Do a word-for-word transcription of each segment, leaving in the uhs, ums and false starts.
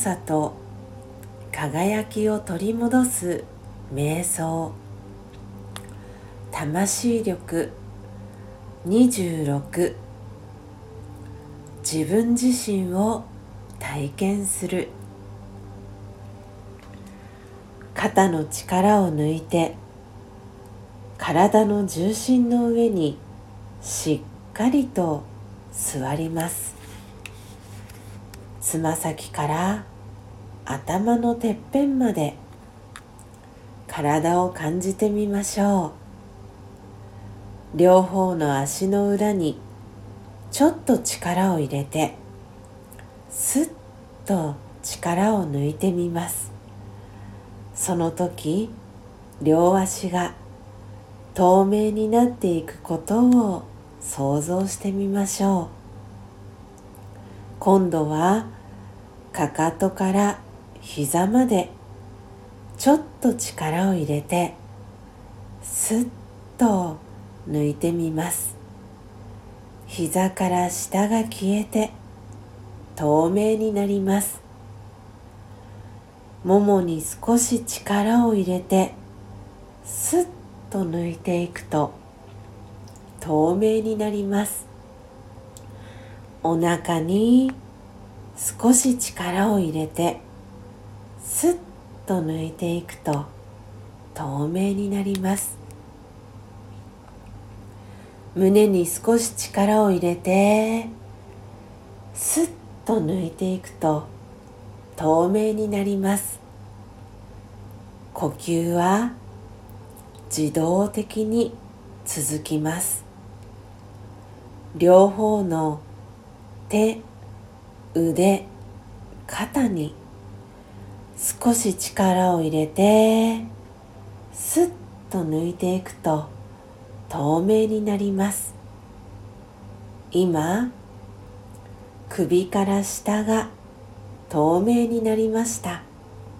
さと輝きを取り戻す瞑想、魂力にじゅうろく、自分自身を体験する。肩の力を抜いて体の重心の上にしっかりと座ります。つま先から頭のてっぺんまで体を感じてみましょう。両方の足の裏にちょっと力を入れてスッと力を抜いてみます。その時、両足が透明になっていくことを想像してみましょう。今度はかかとから膝までちょっと力を入れてスッと抜いてみます。膝から下が消えて透明になります。ももに少し力を入れてスッと抜いていくと透明になります。お腹に少し力を入れてスッと抜いていくと透明になります。胸に少し力を入れてスッと抜いていくと透明になります。呼吸は自動的に続きます。両方の手、腕、肩に少し力を入れてスッと抜いていくと透明になります。今、首から下が透明になりました。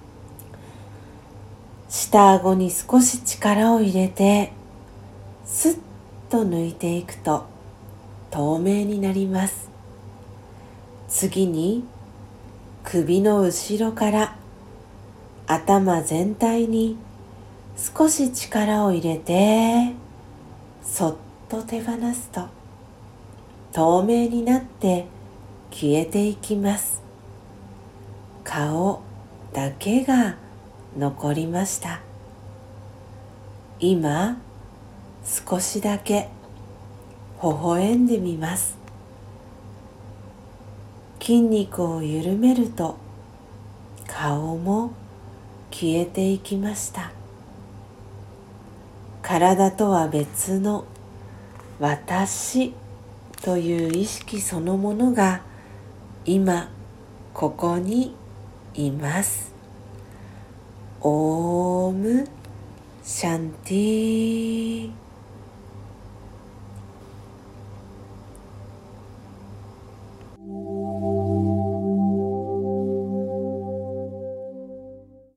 下顎に少し力を入れてスッと抜いていくと透明になります。次に首の後ろから頭全体に少し力を入れてそっと手放すと透明になって消えていきます。顔だけが残りました。今少しだけ微笑んでみます。筋肉を緩めると顔も消えていきました。体とは別の私という意識そのものが今ここにいます。オームシャンティー。